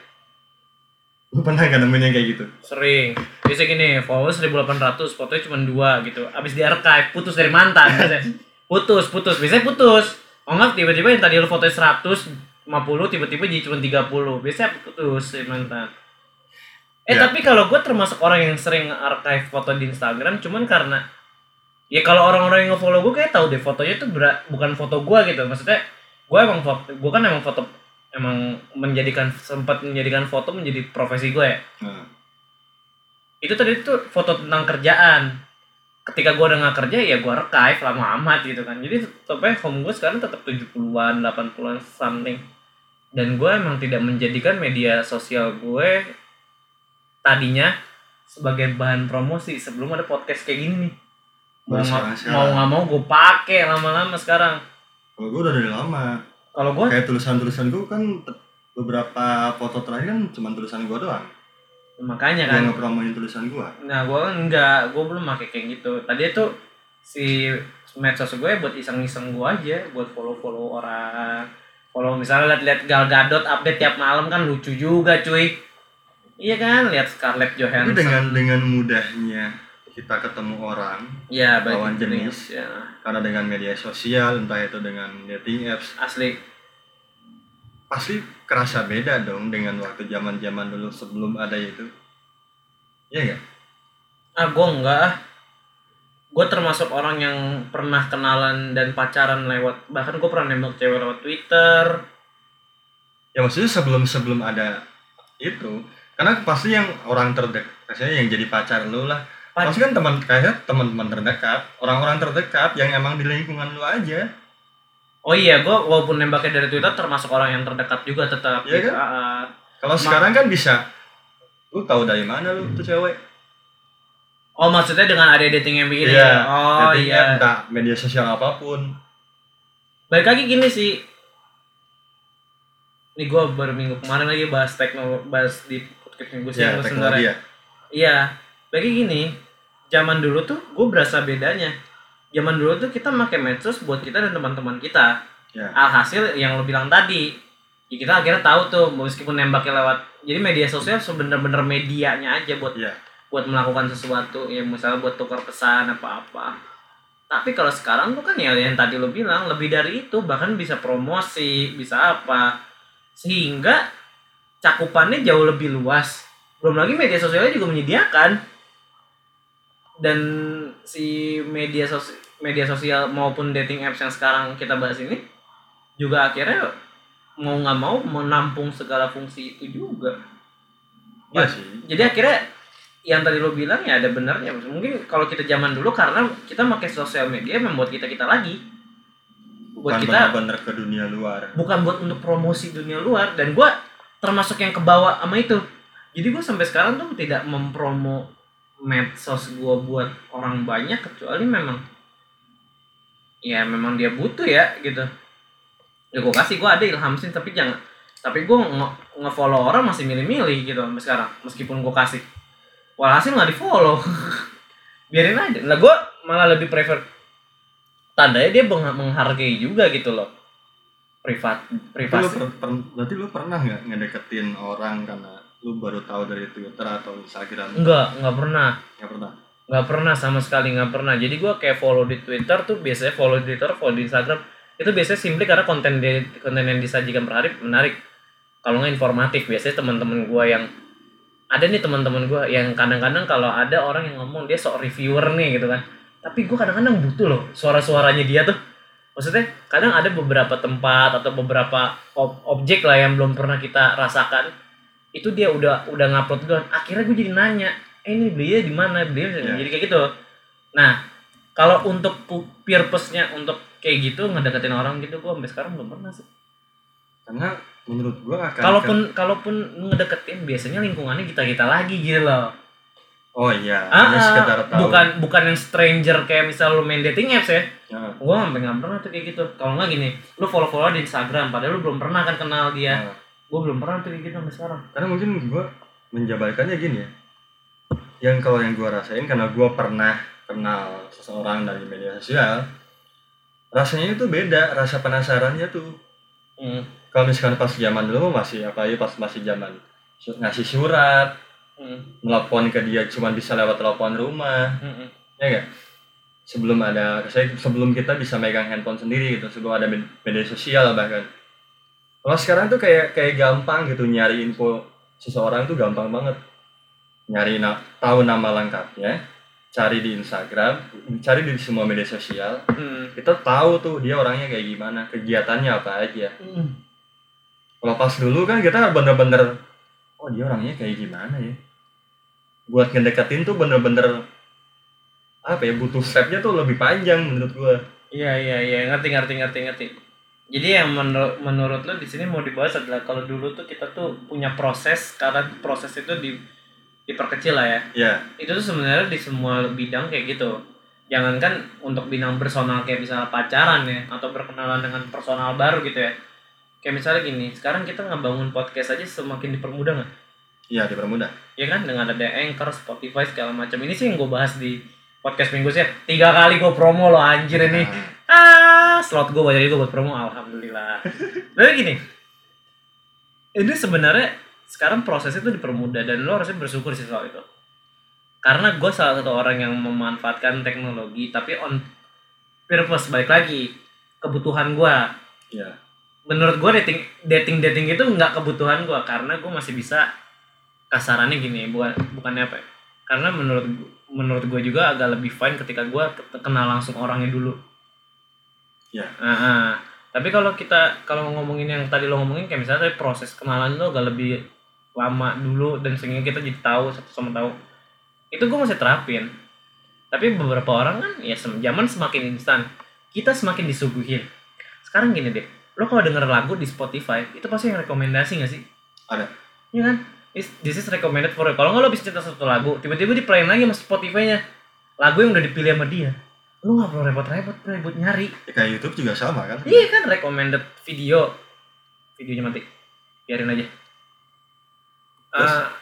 Lu pernah gak nemuin yang kayak gitu? Sering. Biasanya gini, followers seribu delapan ratus, fotonya cuma dua gitu. Abis di archive, putus dari mantan. putus, putus. Biasanya putus. Oh enggak, tiba-tiba yang tadi lu fotonya seratus lima puluh, tiba-tiba jadi cuma tiga puluh. Biasanya putus dari mantan. Eh ya. Tapi kalau gue termasuk orang yang sering archive foto di Instagram, cuman karena ya kalau orang-orang yang nge-follow gue kayak tahu deh fotonya tuh berat, bukan foto gue gitu. Maksudnya gue emang foto, gue kan emang foto emang menjadikan sempat menjadikan foto menjadi profesi gue ya. Hmm. Itu tadi tuh foto tentang kerjaan. Ketika gue udah gak kerja ya gue archive lama amat gitu kan. Jadi tetapnya home gue sekarang tetap tujuh puluhan, delapan puluhan something. Dan gue emang tidak menjadikan media sosial gue tadinya sebagai bahan promosi sebelum ada podcast kayak gini nih. Mau nggak mau nggak mau gue pakai lama-lama sekarang. Kalau gue udah dari lama. Kalau gue kayak tulisan-tulisan gue kan beberapa foto terakhir kan cuma tulisan gue doang. Makanya kan. Gue ngepromoin tulisan gue. Nah gue kan enggak, gue belum pakai kayak gitu. Tadi itu si medsos gue buat iseng-iseng gue aja, buat follow-follow orang. Follow misalnya lihat-lihat Gal Gadot update tiap malam kan lucu juga cuy. Iya kan, lihat Scarlett Johansson. Tapi dengan dengan mudahnya kita ketemu orang ya, lawan jenis ya. Karena dengan media sosial, entah itu dengan dating apps, asli pasti kerasa beda dong dengan waktu zaman-zaman dulu sebelum ada itu. Iya nggak? Ah, gue enggak ah. Gue termasuk orang yang pernah kenalan dan pacaran lewat, bahkan gue pernah nembak cewek lewat Twitter. Ya maksudnya sebelum sebelum ada itu, karena pasti yang orang terdekat, maksudnya yang jadi pacar lu lah. Pasti kan teman kayak teman-teman terdekat, orang-orang terdekat yang emang di lingkungan lu aja. Oh iya, gue walaupun nembaknya dari Twitter termasuk orang yang terdekat juga tetap. Iya kan? Uh, Kalau sekarang kan bisa, lu tahu dari mana lu tuh cewek? Oh maksudnya dengan ada dating app ini? Iya, oh dating iya. App, entah media sosial apapun. Balik lagi gini sih. Ini gue baru minggu kemarin lagi bahas teknologi, bahas di podcast minggu sih. Ya, teknologi ya. Iya. Bagi gini, zaman dulu tuh gue berasa bedanya. Zaman dulu tuh kita pakai medsos buat kita dan teman-teman kita. Ya. Alhasil yang lo bilang tadi, ya kita akhirnya tahu tuh meskipun nembaknya lewat. Jadi media sosial sebenar-benar medianya aja buat ya. buat melakukan sesuatu, ya misalnya buat tukar pesan apa-apa. Tapi kalau sekarang tuh kan ya yang tadi lo bilang lebih dari itu, bahkan bisa promosi, bisa apa. Sehingga cakupannya jauh lebih luas. Belum lagi media sosialnya juga menyediakan. Dan si media sosial media sosial maupun dating apps yang sekarang kita bahas ini juga akhirnya mau nggak mau menampung segala fungsi itu juga. Ya sih. Jadi akhirnya yang tadi lo bilang ya ada benarnya. Mungkin kalau kita zaman dulu karena kita pakai sosial media membuat kita kita lagi. Buat bukan kita benar-benar ke dunia luar. Bukan buat untuk promosi dunia luar. Dan gue termasuk yang kebawa sama itu. Jadi gue sampai sekarang tuh tidak mempromo medsos gue buat orang banyak kecuali memang ya memang dia butuh ya gitu. Ya gue kasih, gue ada Ilham Sin tapi jangan, tapi gue nge- nge-follow orang masih milih-milih gitu sampai sekarang meskipun gue kasih. Walhasil nggak di-follow. Biarin aja. Lah gue malah lebih prefer tandanya dia menghargai juga gitu loh. Privat, privasi. Per, per, berarti lu pernah nggak ngedeketin orang karena lu baru tahu dari Twitter atau Instagram? Enggak, enggak pernah. Enggak pernah. Enggak pernah sama sekali, enggak pernah. Jadi gue kayak follow di Twitter tuh biasanya follow di Twitter, follow di Instagram. Itu biasanya simply karena konten di, konten yang disajikan per hari menarik. Kalau nggak informatif, biasanya teman-teman gue yang ada nih teman-teman gue yang kadang-kadang kalau ada orang yang ngomong dia sok reviewer nih gitu kan. Tapi gue kadang-kadang butuh loh suara-suaranya dia tuh. Maksudnya kadang ada beberapa tempat atau beberapa ob- objek lah yang belum pernah kita rasakan. Itu dia udah udah ngupload duluan. Akhirnya gue jadi nanya, eh ini belinya di mana, belinya Iya. jadi kayak gitu. Nah kalau untuk pu- purpose-nya untuk kayak gitu ngedeketin orang gitu, gue sampai sekarang belum pernah sih. Karena menurut gua akan Kalaupun kalaupun ngedeketin biasanya lingkungannya kita kita lagi gitu loh. oh iya, Ah, hanya ah, sekedar tahu. bukan bukan yang stranger kayak misal lu main dating apps ya. Nah, Gua sampai nggak pernah tuh kayak gitu. Kalau nggak gini, lu follow follow di Instagram, padahal lu belum pernah kan kenal dia. nah. Gua belum pernah tuh kayak gitu sampai sekarang. Karena mungkin gua menjabarkannya gini ya. Yang kalau yang gua rasain karena gua pernah kenal seseorang dari media sosial, rasanya itu beda, rasa penasarannya tuh. Hmm. Kalau misalkan pas zaman dulu masih apa ya, pas masih zaman su- ngasih surat, Hmm. nelpon ke dia cuma bisa lewat telepon rumah, Hmm. ya enggak? Sebelum ada saya sebelum kita bisa megang handphone sendiri gitu, sebelum ada med- media sosial bahkan. Kalau sekarang tuh kayak kayak gampang gitu nyari info seseorang tuh gampang banget. Nyari na- tahu nama lengkapnya, cari di Instagram, cari di semua media sosial. Hmm. Kita tahu tuh dia orangnya kayak gimana, kegiatannya apa aja. Hmm. Kalau pas dulu kan kita bener-bener, oh dia orangnya kayak gimana ya. Buat ngedeketin tuh bener-bener apa ya, butuh stepnya tuh lebih panjang menurut gua. Iya iya iya, ngerti ngerti ngerti ngerti. Jadi yang menur- menurut lo di sini mau dibahas adalah kalau dulu tuh kita tuh punya proses, karena proses itu di diperkecil lah ya. Ya, Itu tuh sebenarnya di semua bidang kayak gitu. Jangankan untuk bidang personal kayak misalnya pacaran ya, atau berkenalan dengan personal baru gitu ya. Kayak misalnya gini, sekarang kita ngebangun podcast aja semakin dipermudah nggak? iya dipermudah. Ya kan, dengan ada Anchor, Spotify segala macam. Ini sih yang gue bahas di podcast minggu sih. Tiga kali gue promo loh anjir ini. Ah, slot gue banyak juga buat promo, alhamdulillah. Tapi gini, ini sebenarnya sekarang prosesnya itu dipermudah dan lo harusnya bersyukur sih soal itu. Karena gue salah satu orang yang memanfaatkan teknologi, tapi on purpose, balik lagi kebutuhan gue. Iya. Menurut gue dating dating dating itu nggak kebutuhan gue, karena gue masih bisa, kasarannya gini, bukan bukannya apa ya, karena menurut menurut gue juga agak lebih fine ketika gue kenal langsung orangnya dulu. Iya. Nah, ah. Tapi kalau kita kalau ngomongin yang tadi lo ngomongin kayak misalnya tadi proses kenalan lo agak lebih lama dulu dan sehingga kita jadi tahu satu sama tahu, itu gue masih terapin. Tapi beberapa orang kan ya sem- zaman semakin instan, kita semakin disuguhin. Sekarang gini deh, lo kalau denger lagu di Spotify itu pasti yang rekomendasi nggak sih? Ada. Iya kan? This, this is recommended for you. Kalau nggak lo bisa cinta satu lagu, tiba-tiba di playin lagi sama Spotify-nya lagu yang udah dipilih sama dia. Lo nggak perlu repot-repot repot nyari. Ya, kayak YouTube juga sama kan? Iya kan, recommended video, videonya mati, biarin aja. Terus? Ah,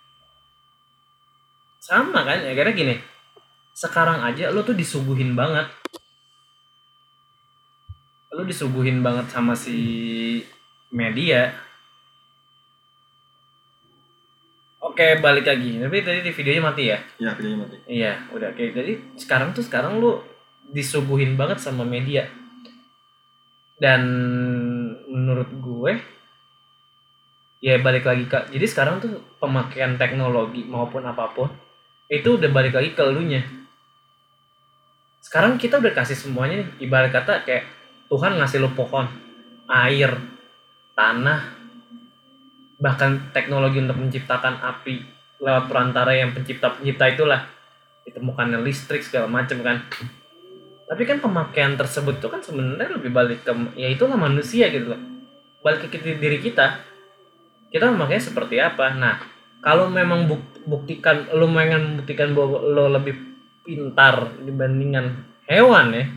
sama kan? Ya karena gini, sekarang aja lo tuh disuguhin banget, lo disuguhin banget sama si media. Oke, balik lagi. Tapi tadi di videonya mati ya? Iya, videonya mati. Iya, udah oke. Jadi sekarang tuh sekarang lu disuguhin banget sama media. Dan menurut gue ya balik lagi Kak. Jadi sekarang tuh pemakaian teknologi maupun apapun itu udah balik lagi ke elunya. Sekarang kita udah kasih semuanya nih. Ibarat kata kayak Tuhan ngasih lu pohon, air, tanah, bahkan teknologi untuk menciptakan api lewat perantara yang pencipta-pencipta itulah, ditemukannya listrik segala macam kan. Tapi kan pemakaian tersebut tuh kan sebenarnya lebih balik ke ya itulah manusia gitu loh, balik ke diri kita, kita memakainya seperti apa. Nah kalau memang buk- buktikan lo pengen buktikan bahwa lo lebih pintar dibandingkan hewan ya,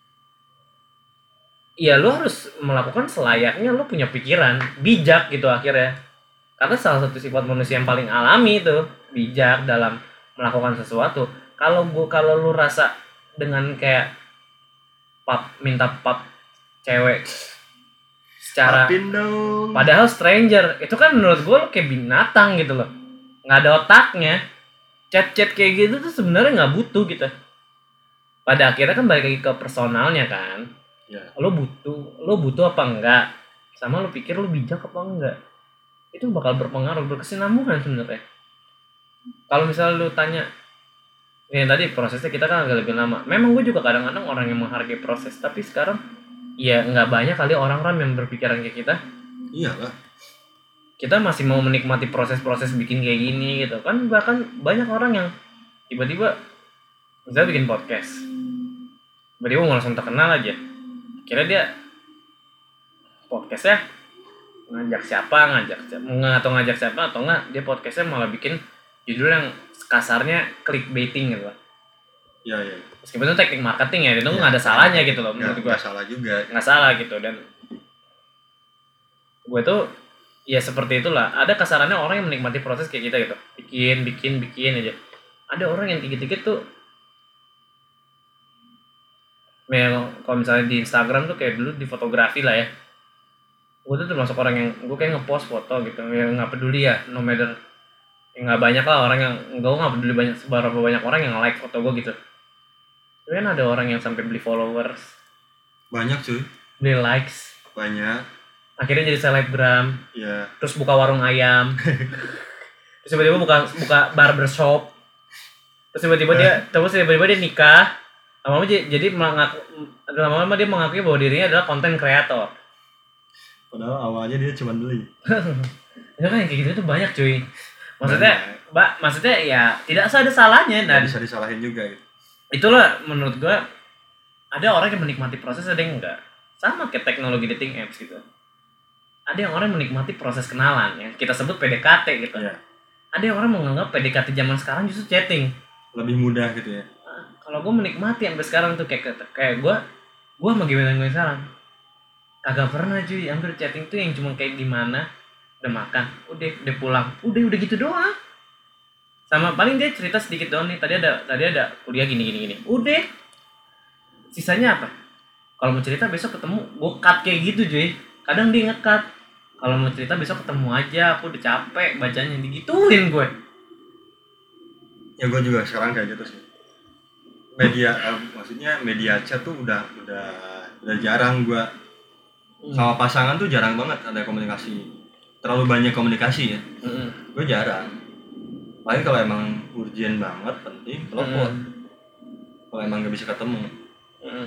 ya lo harus melakukan selayaknya lo punya pikiran bijak gitu akhirnya. Karena salah satu sifat manusia yang paling alami itu bijak dalam melakukan sesuatu. Kalau gua kalau lu rasa dengan kayak pap minta pap cewek secara Papin dong. padahal stranger, itu kan menurut gua lu kayak binatang gitu loh, nggak ada otaknya. Chat-chat kayak gitu tuh sebenarnya nggak butuh gitu. Pada akhirnya kan balik lagi ke personalnya kan. Ya. Lo butuh, lo butuh apa enggak, sama lo pikir lo bijak apa enggak, itu bakal berpengaruh, berkesinambungan sebenarnya. Kalau misalnya lu tanya, ya tadi prosesnya kita kan agak lebih lama. Memang gue juga kadang-kadang orang yang menghargai proses, tapi sekarang ya nggak banyak kali orang-orang yang berpikiran kayak kita. Iyalah. kita masih mau menikmati proses-proses bikin kayak gini gitu kan. Bahkan banyak orang yang tiba-tiba misalnya bikin podcast, tiba-tiba mau langsung terkenal aja, kira dia podcastnya ngajak siapa ngajak siapa nggak atau ngajak siapa atau enggak dia podcastnya malah bikin judul yang kasarnya clickbaiting gitu lah. Iya, iya. Meskipun itu teknik marketing ya, itu Ya, nggak ada salahnya gitu loh menurut nggak gua. nggak salah juga. Nggak salah gitu. Dan gue tuh ya seperti itulah. Ada kasarannya orang yang menikmati proses kayak kita gitu, bikin bikin bikin aja. Ada orang yang dikit-dikit tuh, memang kalau misalnya di Instagram tuh kayak dulu di fotografi lah ya, gue tuh termasuk orang yang gue kayak ngepost foto gitu yang nggak peduli ya, no matter ya nggak banyak lah orang yang gue nggak peduli banyak seberapa banyak orang yang like foto gue gitu. Tapi kan ada orang yang sampai beli followers, Banyak cuy. beli likes, Banyak. akhirnya jadi selebgram, Ya. terus buka warung ayam, terus tiba-tiba buka buka barbershop, terus tiba-tiba dia terus tiba-tiba dia nikah, lama-lama jadi, jadi mengaku, lama-lama dia mengakui bahwa dirinya adalah konten kreator. Padahal awalnya dia cuma beli. Ya kan yang kayak gitu tuh banyak cuy. Maksudnya, mbak, maksudnya ya tidak ada salahnya dan Nggak bisa disalahin juga gitu. itulah menurut gua, ada orang yang menikmati proses, ada yang enggak. Sama kayak teknologi dating apps gitu. Ada yang orang menikmati proses kenalan yang kita sebut P D K T gitu. Iya. Ada yang orang menganggap P D K T zaman sekarang justru chatting. Lebih mudah gitu ya. Nah, kalau gue menikmati sampai sekarang tuh kayak kayak gue, gue sama gimana gue sekarang, kagak pernah cuy hampir chatting tuh yang cuma kayak gimana, udah makan, udah udah pulang, udah udah gitu doang. Sama paling dia cerita sedikit doang nih, tadi ada tadi ada kuliah gini gini gini, udah. Sisanya apa? Kalau mau cerita besok ketemu, gue cut kayak gitu cuy. Kadang dia nge-cut. Kalau mau cerita besok ketemu aja, aku udah capek bacanya, digituin gue. Ya gue juga sekarang kayak gitu sih. Media uh, maksudnya media chat tuh udah udah udah jarang gue. Hmm. Sama pasangan tuh jarang banget ada komunikasi. Terlalu banyak komunikasi ya. Hmm. Gue jarang. Paling kalau emang urgent banget, penting, telepon. Hmm. Kalau emang nggak bisa ketemu. Hmm.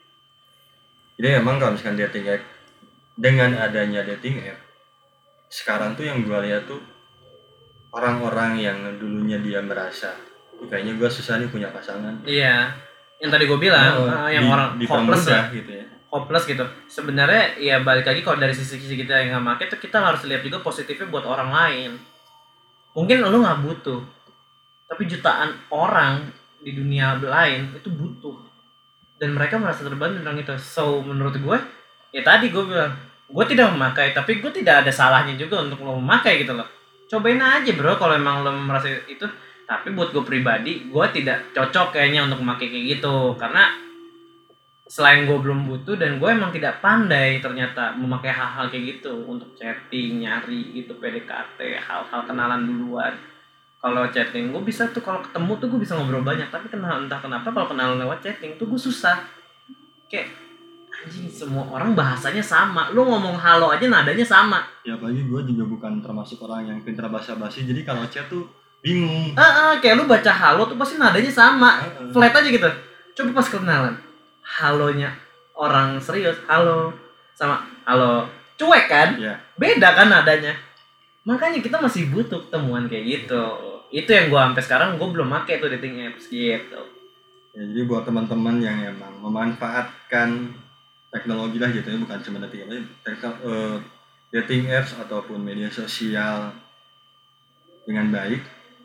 Jadi emang kalau misalkan dating app, dengan adanya dating app, sekarang tuh yang gue lihat tuh orang-orang yang dulunya dia merasa kayaknya gue susah nih punya pasangan. Iya. Yang tadi gue bilang, oh, uh, yang di, orang hopeless ya, gitu ya. Hopeless gitu. Sebenarnya ya balik lagi kalau dari sisi-sisi kita yang nggak make tuh kita harus lihat juga positifnya buat orang lain. Mungkin lo nggak butuh, tapi jutaan orang di dunia lain itu butuh. Dan mereka merasa terbantu tentang itu. So menurut gue, ya tadi gue bilang, gue tidak memakai, tapi gue tidak ada salahnya juga untuk lo memakai gitu loh. Cobain aja bro kalau emang lo merasa itu. Tapi buat gue pribadi, gue tidak cocok kayaknya untuk memakai kayak gitu. Karena selain gue belum butuh dan gue emang tidak pandai ternyata memakai hal-hal kayak gitu untuk chatting, nyari gitu, P D K T, hal-hal kenalan duluan. Kalau chatting gue bisa tuh, kalau ketemu tuh gue bisa ngobrol banyak, tapi kenal entah kenapa kalau kenalan lewat chatting tuh gue susah. Kayak anjing, semua orang bahasanya sama, lu ngomong halo aja nadanya sama. Ya apalagi gue juga bukan termasuk orang yang pintar basa-basi, jadi kalau chat tuh bingung. Ah, ah, kayak lu baca halo tuh pasti nadanya sama, uh, uh. flat aja gitu. Coba pas kenalan, halonya orang serius, halo sama halo cuek kan, yeah. Beda kan nadanya. Makanya kita masih butuh ketemuan kayak gitu. Itu yang gue sampai sekarang gue belum pakai tuh dating apps gitu. Ya, jadi buat teman-teman yang emang memanfaatkan teknologi lah gitu ya, bukan cuma dating apps, uh, dating apps ataupun media sosial dengan baik,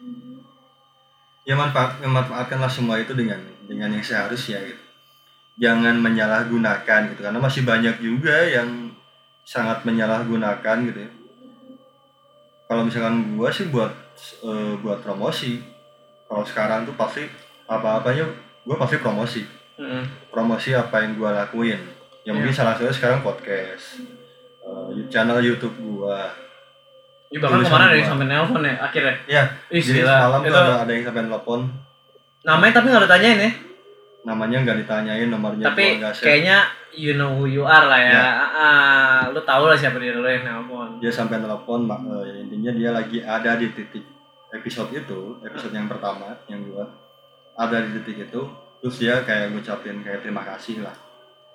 ya manfaat, memanfaatkanlah semua itu dengan dengan yang seharusnya gitu. Jangan menyalahgunakan gitu, karena masih banyak juga yang sangat menyalahgunakan gitu ya. Kalau misalkan gua sih buat uh, buat promosi, kalau sekarang tuh pasti apa-apanya gua pasti promosi, mm-hmm. promosi apa yang gua lakuin. Yang yeah. Mungkin salah satunya sekarang podcast, uh, channel YouTube gua. Ya bahkan kemarin ada yang sampai nelpon ya akhirnya. Iya. Jadi semalam tuh ada, ada yang sampai nelpon. Namanya tapi nggak ditanyain ya? Namanya nggak ditanyain, nomornya tapi gua nggak share. Kayaknya you know who you are lah ya. Ya. Ah, lu tahu lah siapa dia dulu yang nelpon. Dia sampai nelpon, uh, intinya dia lagi ada di titik episode itu, episode yang pertama yang gua ada di titik itu. Terus dia kayak ngucapin kayak terima kasih lah.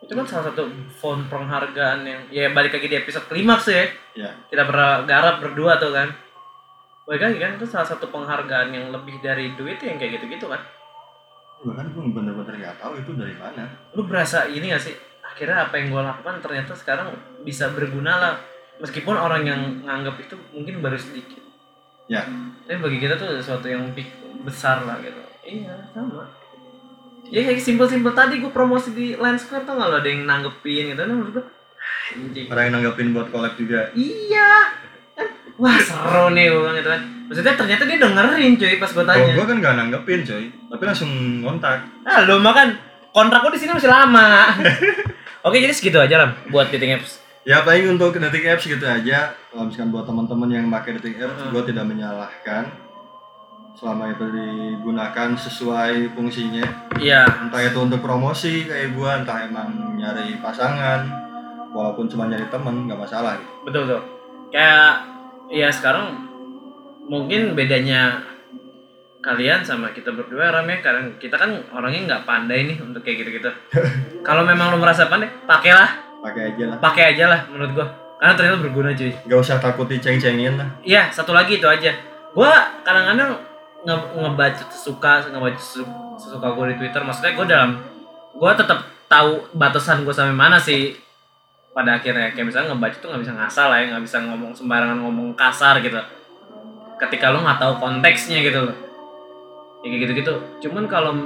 Itu kan salah satu font penghargaan yang ya balik lagi di episode klimaks ya. Ya. Kita pernah garap berdua tuh kan. Balik lagi kan itu salah satu penghargaan yang lebih dari duit yang kayak gitu-gitu kan. Bahkan gue bener-bener nggak tahu itu dari mana. Lu berasa ini gak sih? Akhirnya apa yang gue lakukan ternyata sekarang bisa berguna lah. Meskipun orang yang nganggap itu mungkin baru sedikit. Ya. Tapi bagi kita tuh sesuatu yang besar lah gitu. Iya sama. Ya kayak simpel-simpel tadi gue promosi di Landscape tuh nggak lo ada yang nanggepin gitu. Nah menurut gue anjing. Ada yang nanggapin buat collab juga. Iya. Kan, wah seru nih gue bilang gitu kan. Maksudnya ternyata dia dengerin cuy pas gue tanya. Oh, gue kan nggak nanggepin coy, tapi langsung kontak. Ah lo makan kontrak gue di sini masih lama. Oke jadi segitu aja lah buat dating apps. Ya paling untuk dating apps gitu aja. Kalau misalkan buat teman-teman yang pakai dating apps, Hmm. gue tidak menyalahkan. Selama itu digunakan sesuai fungsinya. Iya. Entah itu untuk promosi kayak gue, entah emang nyari pasangan, walaupun cuma nyari temen nggak masalah. Gitu. Betul betul. Kayak ya sekarang mungkin bedanya kalian sama kita berdua Ram ya, karena kita kan orangnya nggak pandai nih untuk kayak gitu-gitu. Kalau memang lo merasa pandai, pakailah. Pakai aja lah. Pakai aja lah menurut gua. Karena ternyata berguna cuy. Gak usah takut diceng-cengin lah. Iya, satu lagi itu aja. Gua kadang-kadang nge- ngebaca suka ngebaca su- sesuka gua di Twitter. Maksudnya gua dalam gua tetap tahu batasan gua sampai mana sih. Pada akhirnya kayak misalnya ngebaca tuh nggak bisa ngasal lah ya, nggak bisa ngomong sembarangan ngomong kasar gitu. Ketika lo nggak tahu konteksnya gitu loh. Ya kayak gitu-gitu. Cuman kalau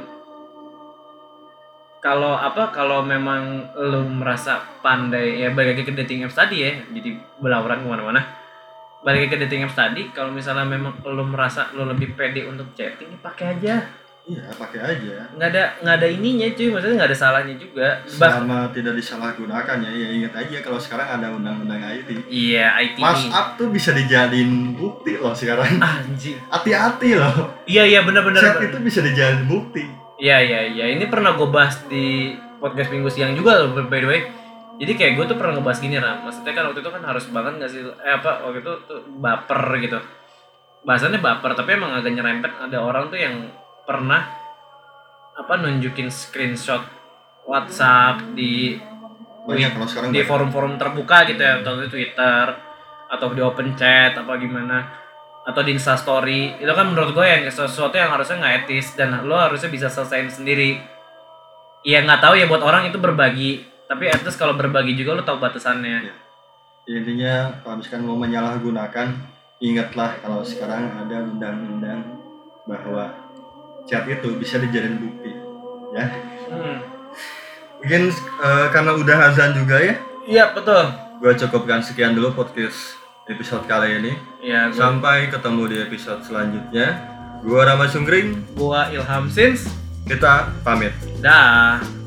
kalau apa kalau memang lo merasa pandai ya balik lagi ke dating apps tadi ya, jadi belauran kemana-mana. Balik lagi ke dating apps tadi, kalau misalnya memang lo merasa lo lebih pede untuk chatting, ya pakai aja. Iya, pakai aja. Nggak ada nggak ada ininya cuy, maksudnya nggak ada salahnya juga. Bah- Selama tidak disalahgunakan ya, ya ingat aja kalau sekarang ada undang-undang I T. iya I T. WhatsApp tuh bisa dijadiin bukti loh sekarang. Anjing. Hati-hati loh. Iya iya benar-benar. Chat itu bisa dijadiin bukti. Iya iya iya, ini pernah gue bahas di podcast minggu siang juga loh by the way. Jadi kayak gue tuh pernah ngebahas gini Ram, maksudnya kan waktu itu kan harus banget nggak sih, eh apa waktu itu tuh baper gitu. Bahasannya baper, tapi emang agak nyerempet ada orang tuh yang pernah apa nunjukin screenshot WhatsApp di Banyak kalau sekarang di banyak. forum-forum terbuka gitu ya, atau di Twitter atau di open chat apa gimana, atau di Instastory. Itu kan menurut gue yang sesuatu yang harusnya nggak etis dan lo harusnya bisa selesaiin sendiri. Ya nggak tahu ya buat orang itu berbagi, tapi at least kalau berbagi juga lo tahu batasannya. Ya. Intinya kalau misalkan mau menyalahgunakan, ingatlah kalau sekarang ada undang-undang bahwa chat itu bisa dijadiin bukti, ya. Hmm. Mungkin eh, karena udah azan juga ya, Iya betul. gue cukupkan sekian dulu podcast episode kali ini. Ya gua, Sampai ketemu di episode selanjutnya. Gua Rama Sungkring, gua Ilham Sins. kita pamit. Dah.